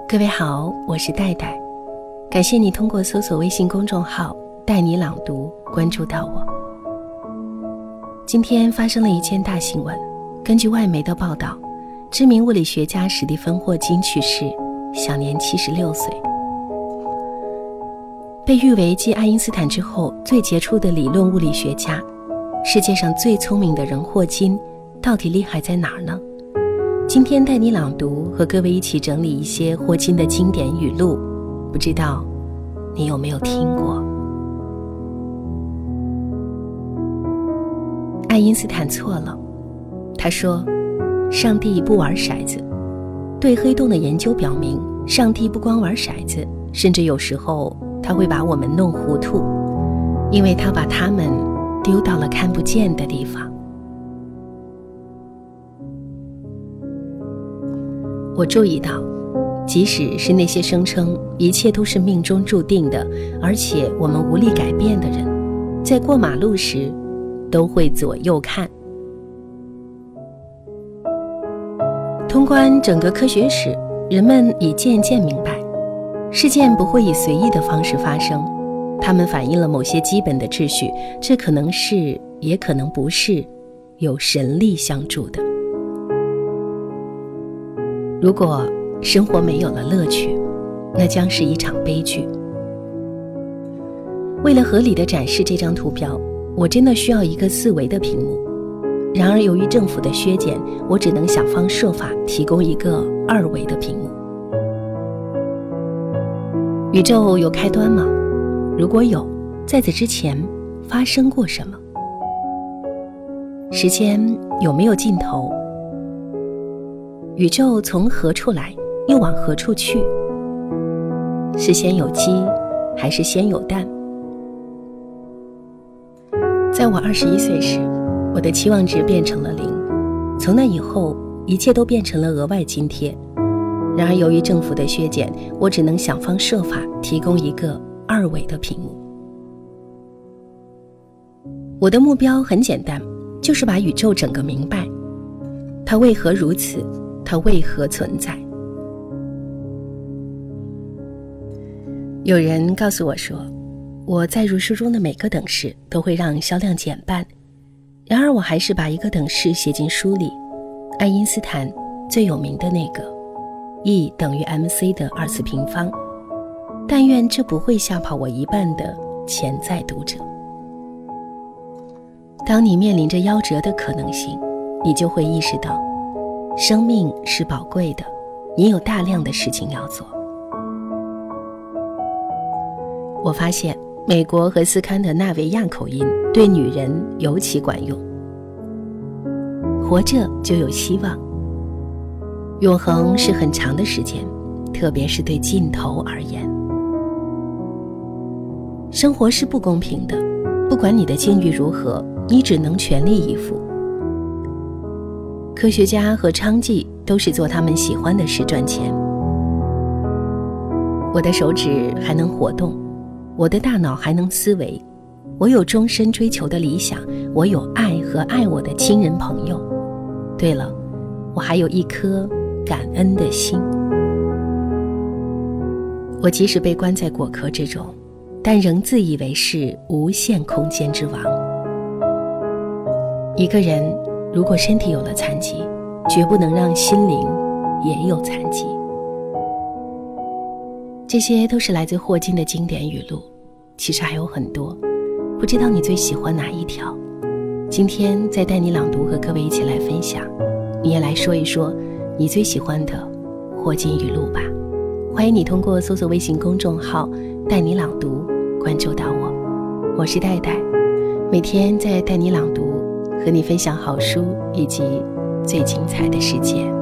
各位好，我是戴戴，感谢你通过搜索微信公众号带你朗读关注到我。今天发生了一件大新闻，根据外媒的报道，知名物理学家史蒂芬·霍金去世，享年76岁。被誉为继爱因斯坦之后最杰出的理论物理学家，世界上最聪明的人霍金到底厉害在哪儿呢？今天带你朗读，和各位一起整理一些霍金的经典语录，不知道你有没有听过？爱因斯坦错了，他说上帝不玩骰子。对黑洞的研究表明，上帝不光玩骰子，甚至有时候他会把我们弄糊涂，因为他把它们丢到了看不见的地方。我注意到，即使是那些声称一切都是命中注定的，而且我们无力改变的人，在过马路时都会左右看。通关整个科学史，人们已渐渐明白，事件不会以随意的方式发生，它们反映了某些基本的秩序，这可能是，也可能不是有神力相助的。如果生活没有了乐趣，那将是一场悲剧。为了合理地展示这张图标，我真的需要一个4维的屏幕。然而由于政府的削减，我只能想方设法提供一个2维的屏幕。宇宙有开端吗？如果有，在此之前发生过什么？时间有没有尽头？宇宙从何处来，又往何处去？是先有鸡，还是先有蛋？在我21岁时，我的期望值变成了0，从那以后，一切都变成了额外津贴。然而由于政府的削减，我只能想方设法提供一个2维的屏幕。我的目标很简单，就是把宇宙整个明白，它为何如此，它为何存在。有人告诉我说，我载入书中的每个等式都会让销量减半，然而我还是把一个等式写进书里，爱因斯坦最有名的那个 E 等于 mc 的2次平方，但愿这不会吓跑我一半的潜在读者。当你面临着夭折的可能性，你就会意识到生命是宝贵的，你有大量的事情要做。我发现美国和斯堪的纳维亚口音对女人尤其管用。活着就有希望。永恒是很长的时间，特别是对尽头而言。生活是不公平的，不管你的境遇如何，你只能全力以赴。科学家和娼妓都是做他们喜欢的事赚钱。我的手指还能活动，我的大脑还能思维，我有终身追求的理想，我有爱和爱我的亲人朋友。对了，我还有一颗感恩的心。我即使被关在果壳之中，但仍自以为是无限空间之王。一个人如果身体有了残疾，绝不能让心灵也有残疾。这些都是来自霍金的经典语录，其实还有很多，不知道你最喜欢哪一条？今天再带你朗读，和各位一起来分享。你也来说一说你最喜欢的霍金语录吧。欢迎你通过搜索微信公众号带你朗读关注到我，我是戴戴，每天在带你朗读和你分享好书以及最精彩的世界。